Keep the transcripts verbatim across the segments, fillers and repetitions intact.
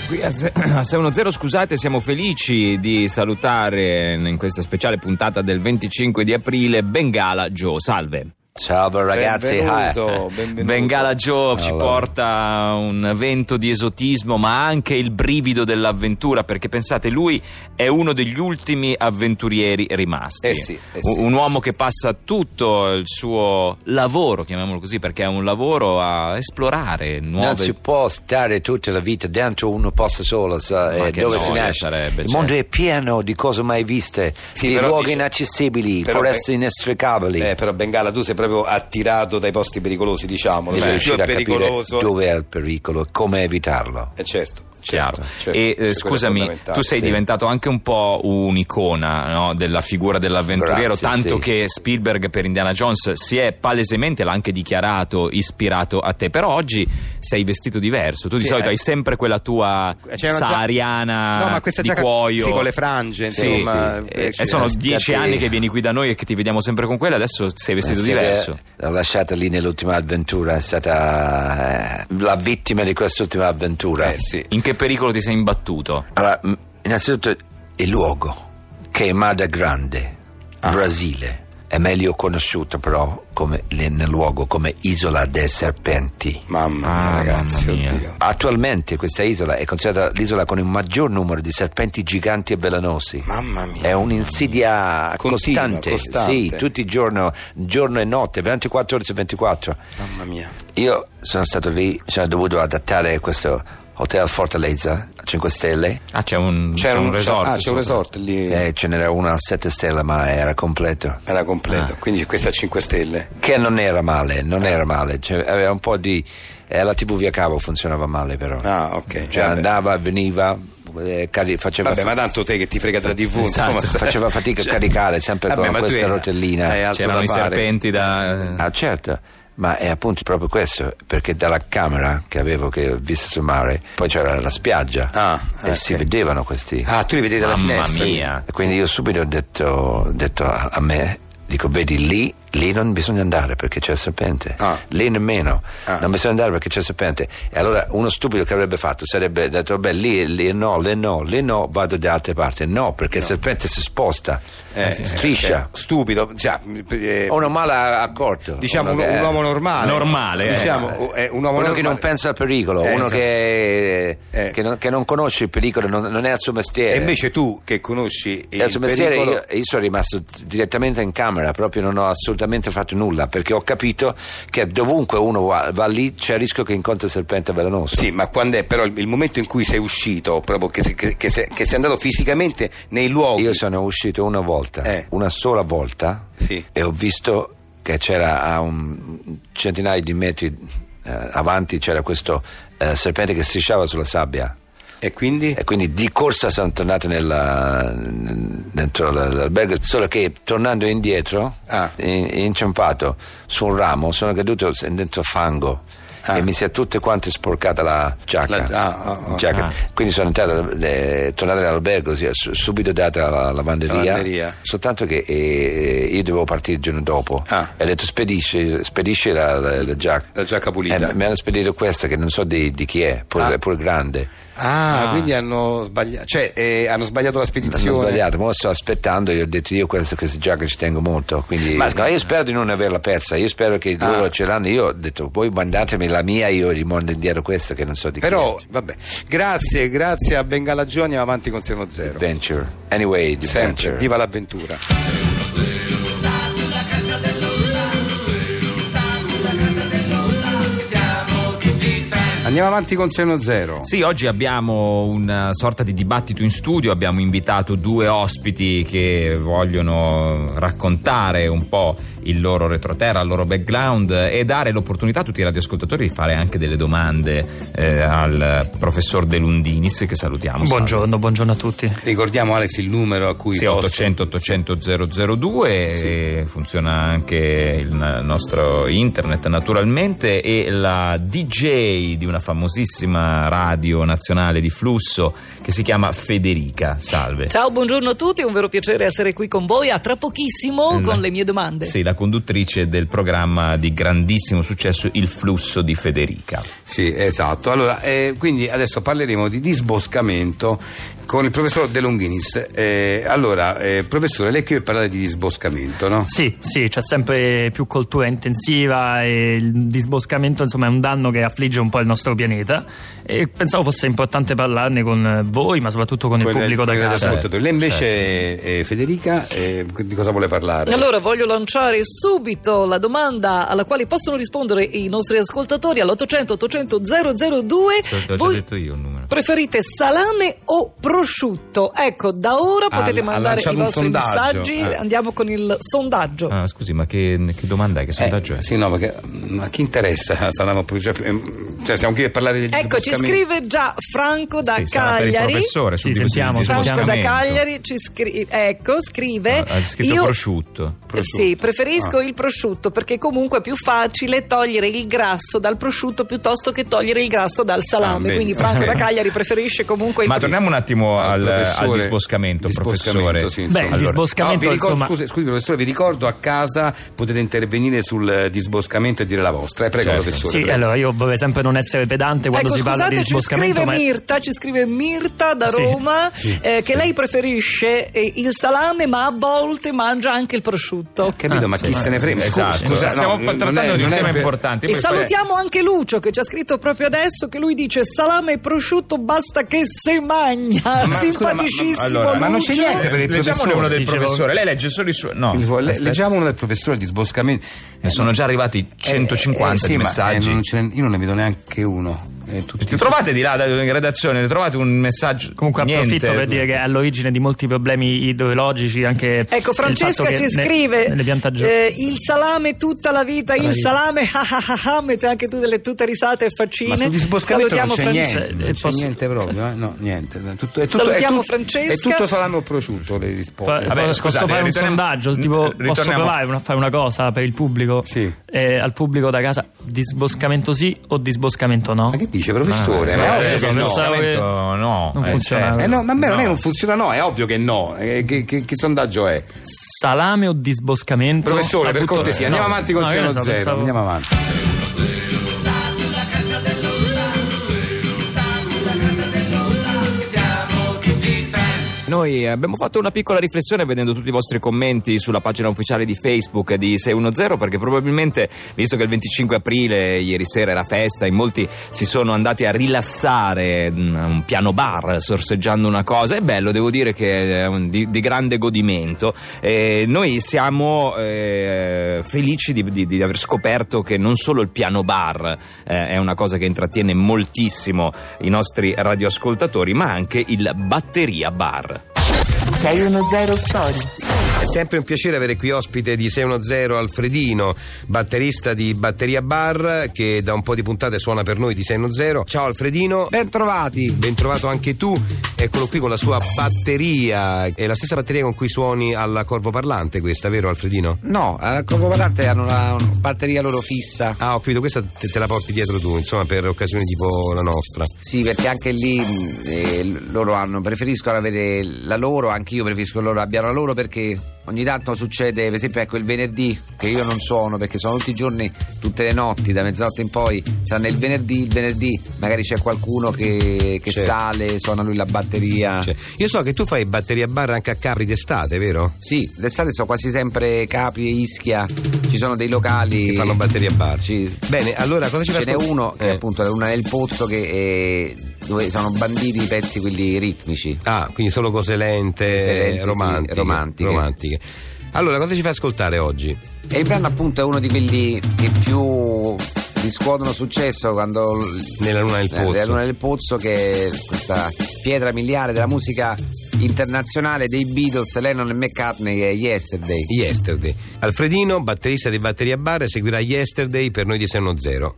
Qui a sei uno zero, scusate, siamo felici di salutare in questa speciale puntata del venticinque di aprile Bengala Joe. Salve. Salve ragazzi, benvenuto, benvenuto. Bengala Joe allora. ci porta un vento di esotismo, ma anche il brivido dell'avventura, perché pensate, lui è uno degli ultimi avventurieri rimasti. Eh sì, eh sì, un, un uomo sì. che passa tutto il suo lavoro, chiamiamolo così, perché è un lavoro a esplorare nuove... Non si può stare tutta la vita dentro un posto solo, sa, Ma eh, che dove si noia nasce. sarebbe, Il mondo certo. è pieno di cose mai viste, Sì, di però luoghi dice- inaccessibili, però foreste be- inestricabili. Eh, però Bengala, tu sei proprio attirato dai posti pericolosi, diciamolo. Devi Cioè, più riuscire è a capire pericoloso. dove è il pericolo e come evitarlo. Eh certo. Chiaro. Certo, certo. E eh, Quello è scusami, fondamentale. tu sei Sì. diventato anche un po' un'icona, no, della figura dell'avventuriero, Grazie, tanto sì. che Spielberg per Indiana Jones si è palesemente, l'ha anche dichiarato, ispirato a te. Però oggi sei vestito diverso. Tu di Sì, solito eh. hai sempre quella tua C'è una gia- sahariana No, ma questa di giacca- cuoio. sì, con le frange, Sì, insomma, sì. eh, E, cioè, e sono stati- dieci anni che vieni qui da noi e che ti vediamo sempre con quella. Adesso sei vestito Sì, diverso. eh, L'ho lasciata lì nell'ultima avventura, è stata eh, la vittima di quest'ultima avventura. Eh sì. In che pericolo ti sei imbattuto? Allora, m- innanzitutto il luogo, che è Mar del Grande, Ah. Brasile, è meglio conosciuto però come, nel luogo come Isola dei Serpenti. Mamma mia, Ah, ragazzi, mamma mia. oddio. Attualmente questa isola è considerata l'isola con il maggior numero di serpenti giganti e velenosi. Mamma mia. È un'insidia Continua, costante, costante. sì, tutti i giorni, giorno e notte, ventiquattro ore su ventiquattro. Mamma mia. Io sono stato lì, sono dovuto adattare questo Hotel Fortaleza a cinque stelle. Ah, c'è un, C'era c'è un resort. Ah, c'è un sopra. resort lì. Eh, ce n'era una a sette stelle, ma era completo. Era completo. Ah. Quindi questa a cinque stelle. Che non era male, non era male. Cioè, aveva un po' di. Eh, la tivù via cavo funzionava male, però. Ah, ok. Cioè, Vabbè. andava, veniva, eh, cari- faceva. Vabbè, ma tanto te che ti frega della tivù, Esatto, insomma. faceva fatica a Cioè- caricare sempre Vabbè, con ma tu questa hai- rotellina. hai altro C'erano da i fare. serpenti da... Ah, certo, ma è appunto proprio questo, perché dalla camera che avevo, che ho visto sul mare, poi c'era la spiaggia Ah, e ok. si vedevano questi. Ah, tu li vedi dalla Mamma finestra. mia. E quindi io subito ho detto, ho detto a, a me, dico, vedi lì, lì non bisogna andare perché c'è il serpente, Ah. lì nemmeno, Ah. non bisogna andare perché c'è il serpente. E allora uno stupido che avrebbe fatto sarebbe detto, vabbè, lì, lì no, lì no, lì no, vado da altre parti. No, perché il serpente si sposta, Eh, striscia. eh, stupido, cioè, eh, O uno male accorto. diciamo un, uno che- un uomo normale. Normale, eh. Diciamo, eh, un uomo uno normale. che non pensa al pericolo, Eh, uno esatto. che, Eh. che, non, che non conosce il pericolo, non, non è il suo mestiere. E invece tu che conosci E al il suo mestiere pericolo, io, io sono rimasto direttamente in camera, proprio non ho assolutamente fatto nulla, perché ho capito che dovunque uno va, va lì c'è il rischio che incontri il serpente velenoso. sì, ma quando è però il, il momento in cui sei uscito, proprio che, che, che, sei, che sei andato fisicamente nei luoghi. Io sono uscito una volta, Eh. una sola volta, Sì. e ho visto che c'era a un centinaio di metri eh, avanti c'era questo eh, serpente che strisciava sulla sabbia. E quindi? E quindi di corsa sono tornato nella, dentro l'albergo, solo che tornando indietro, Ah. in- inciampato su un ramo, sono caduto dentro fango. Ah. E mi si è tutte quante sporcata la giacca, La- ah, ah, ah. giacca. Ah. Quindi sono entrato, eh, tornato all'albergo, sì, su- subito data la lavanderia, Lavanderia. soltanto che eh, io dovevo partire il giorno dopo. Ah. E ho detto spedisci, spedisci la, la- la giacca. La giacca pulita. Eh, mi hanno spedito questa che non so di, di chi è, pure, Ah. è pure grande. Ah, Ah. quindi hanno sbagliato, cioè eh, hanno sbagliato la Hanno spedizione. sbagliato, ma lo sto aspettando. Io ho detto, io questa, questa giacca ci tengo molto, quindi Ma- no, io spero di non averla persa, io spero che Ah. loro ce l'hanno. Io ho detto, voi mandatemi la mia, io rimando indietro questa che non so di Però, chi vabbè, grazie, grazie a Bengala Joe, andiamo avanti con sei uno è. zero. Adventure, anyway, the Sempre, adventure. viva l'avventura. Andiamo avanti con sei uno zero. Sì, oggi abbiamo una sorta di dibattito in studio, abbiamo invitato due ospiti che vogliono raccontare un po' il loro retroterra, il loro background e dare l'opportunità a tutti i radioascoltatori di fare anche delle domande eh, al professor De Lundinis, che salutiamo. Buongiorno, buongiorno a tutti. Ricordiamo, Alex, il numero a cui Sì, ottocento ottocento zero zero due, e funziona anche il nostro internet naturalmente, e la D J di una la famosissima radio nazionale di Flusso, che si chiama Federica. Salve. Ciao, buongiorno a tutti, è un vero piacere essere qui con voi. A tra pochissimo la, con le mie domande. Sì, la conduttrice del programma di grandissimo successo Il Flusso di Federica. Sì, esatto. Allora, eh, quindi adesso parleremo di disboscamento con il professor De Longhinis. Eh, allora, eh, professore, lei qui per parlare di disboscamento, no? Sì, sì, c'è sempre più coltura intensiva e il disboscamento, insomma, è un danno che affligge un po' il nostro pianeta e pensavo fosse importante parlarne con voi, ma soprattutto con il Quelle- pubblico da quelle casa. ascoltatori. Lei invece, eh, Federica, eh, di cosa vuole parlare? Allora, voglio lanciare subito la domanda alla quale possono rispondere i nostri ascoltatori all'ottocento ottocento zero zero due. Te l'ho già Voi detto io il numero. preferite salame o prosciutto? Ecco, da ora Ha- potete ha mandare i lanciato un vostri sondaggio. messaggi. Eh. Andiamo con il sondaggio. Ah, scusi, ma che, che domanda è? Che sondaggio Eh, è? sì, no, perché ma a chi interessa? Stavamo pure già- ehm, cioè, siamo qui a parlare del Ecco, ci disboscamento. scrive già Franco da Sì, sarà per il Cagliari. professore sul Sì, dis- sentiamo, disboscamento. Franco da Disboscamento. Cagliari ci scrive, ecco, scrive Ah, ha scritto io prosciutto. Prosciutto. Sì, preferisco Ah. il prosciutto perché comunque è più facile togliere il grasso dal prosciutto piuttosto che togliere il grasso dal Ah, salame. bene. Quindi Franco da Cagliari preferisce comunque il Ma torniamo un attimo Al al, professore. al disboscamento, Disboscamento, professore. sì, Beh, insomma. il Allora, disboscamento, No, vi ricordo, insomma, scusi, scusi professore, vi ricordo a casa potete intervenire sul eh, disboscamento e dire la vostra. Eh, prego, Certo. professore. sì, prego. allora io vorrei sempre non essere pedante quando Ecco, si parla scusate, di ci disboscamento, scrive ma è- Mirta, ci scrive Mirta da Sì. Roma eh, che sì. lei preferisce eh, il salame ma a volte mangia anche il prosciutto. Ho capito, Ah, ma sì. chi se ne frega? Esatto. Scusa, Stiamo no, non trattando è- di un non è tema per- importante. E Poi- salutiamo anche Lucio che ci ha scritto proprio adesso che lui dice salame e prosciutto basta che se magna. Ma, Simpaticissimo scusa, ma- ma non Lucio. c'è niente per il Leggiamone professore. uno del Dicevo- professore. Lei legge solo i suoi. No, Il- le- aspetta. leggiamo uno del professore il disboscamento. Ne sono già arrivati centocinquanta Eh, eh, sì, di ma, messaggi. eh, non ce ne- io non ne vedo neanche uno. Eh, tutti- Ti trovate di là da- in redazione, trovate un messaggio. Comunque Niente. approfitto per dire che è all'origine di molti problemi idrogeologici anche Ecco, il Francesca fatto che ci ne- scrive nelle piantagioni eh, il salame tutta la vita, il Bravi. salame, ah ah ah ah, mette anche tu delle tutte risate e faccine. Ma sul disboscamento non Salutiamo c'è Francesca. niente, non c'è Posso- niente proprio, eh? No, niente. Tutto, è tutto, Salutiamo è tut- Francesca. È tutto salame o prosciutto le risposte. Fa- Vabbè, posso scusate, fare un ritorniamo- sondaggio, tipo posso ritorniamo- provare a fare una cosa per il pubblico? Sì. Eh, al pubblico da casa, disboscamento sì o disboscamento no? Ma che dice, professore? Eh, Ma è eh, ovvio che che il no. pensavo che- disboscamento no. Non eh, funziona. certo. Eh no, ma a me non è che No. non funziona, no, è ovvio che no. Eh, che, che- che sondaggio è? Salame o disboscamento? Professore, Ha per avuto- cortesia, andiamo no, avanti col no, io zero ne so, zero. pensavo- Andiamo avanti. Noi abbiamo fatto una piccola riflessione vedendo tutti i vostri commenti sulla pagina ufficiale di Facebook di sei uno zero, perché probabilmente, visto che il venticinque aprile ieri sera era festa, in molti si sono andati a rilassare mm, a un piano bar sorseggiando una cosa. È bello, devo dire che è un- di, di grande godimento. E noi siamo eh, felici di, di- di aver scoperto che non solo il piano bar eh, è una cosa che intrattiene moltissimo i nostri radioascoltatori, ma anche il batteria bar. sei uno zero Story. È sempre un piacere avere qui ospite di sei uno zero Alfredino, batterista di Batteria Bar, che da un po' di puntate suona per noi di sei uno zero. Ciao Alfredino. Ben trovati. Ben trovato anche tu. Eccolo qui con la sua batteria. È la stessa batteria con cui suoni alla Corvo Parlante questa, vero Alfredino? No, al Corvo Parlante hanno una, una batteria loro fissa. Ah, ho capito, questa te, te la porti dietro tu, insomma, per occasioni tipo la nostra. Sì, perché anche lì mh, eh, loro hanno, preferiscono avere la loro, anche io preferisco che loro abbiano la loro, perché ogni tanto succede, per esempio, ecco il venerdì, che io non suono perché sono tutti i giorni, tutte le notti, da mezzanotte in poi, tranne il venerdì, il venerdì magari c'è qualcuno che, che Certo. sale, suona lui la batteria. Cioè, io so che tu fai Batteria Bar anche a Capri d'estate, vero? Sì, l'estate sono quasi sempre Capri e Ischia, ci sono dei locali Che fanno Batteria Bar. Ci- Bene, allora cosa ci Ce fai n'è ascol- uno che Eh. appunto è una nel pozzo che eh, dove sono banditi i pezzi quelli ritmici. Ah, quindi solo cose lente, Cose lente, sì, romantiche, romantiche. romantiche. Allora, cosa ci fai ascoltare oggi? E il brano appunto è uno di quelli che più riscuotono successo quando Nella Luna del eh, Pozzo. La Luna del Pozzo, che è questa pietra miliare della musica internazionale dei Beatles, Lennon e McCartney, che è Yesterday. Yesterday. Alfredino, batterista di Batteria Bar, seguirà Yesterday per noi di sei uno zero.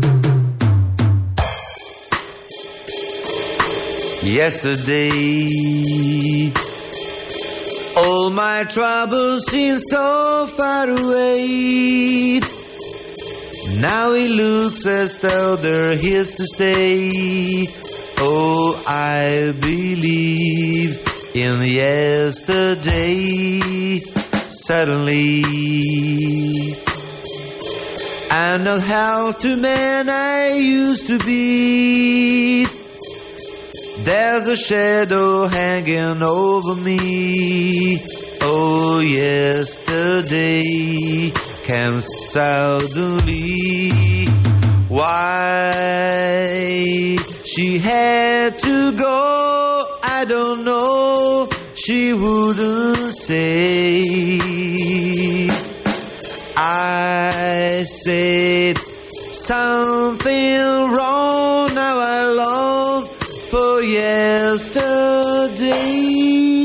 Yesterday, all my troubles seem so far away. Now it looks as though they're here to stay. Oh, I believe in yesterday. Suddenly I'm not half the man I used to be. There's a shadow hanging over me. Oh, yesterday came suddenly. Why she had to go, I don't know. She wouldn't say. I said something wrong. Now I long for yesterday.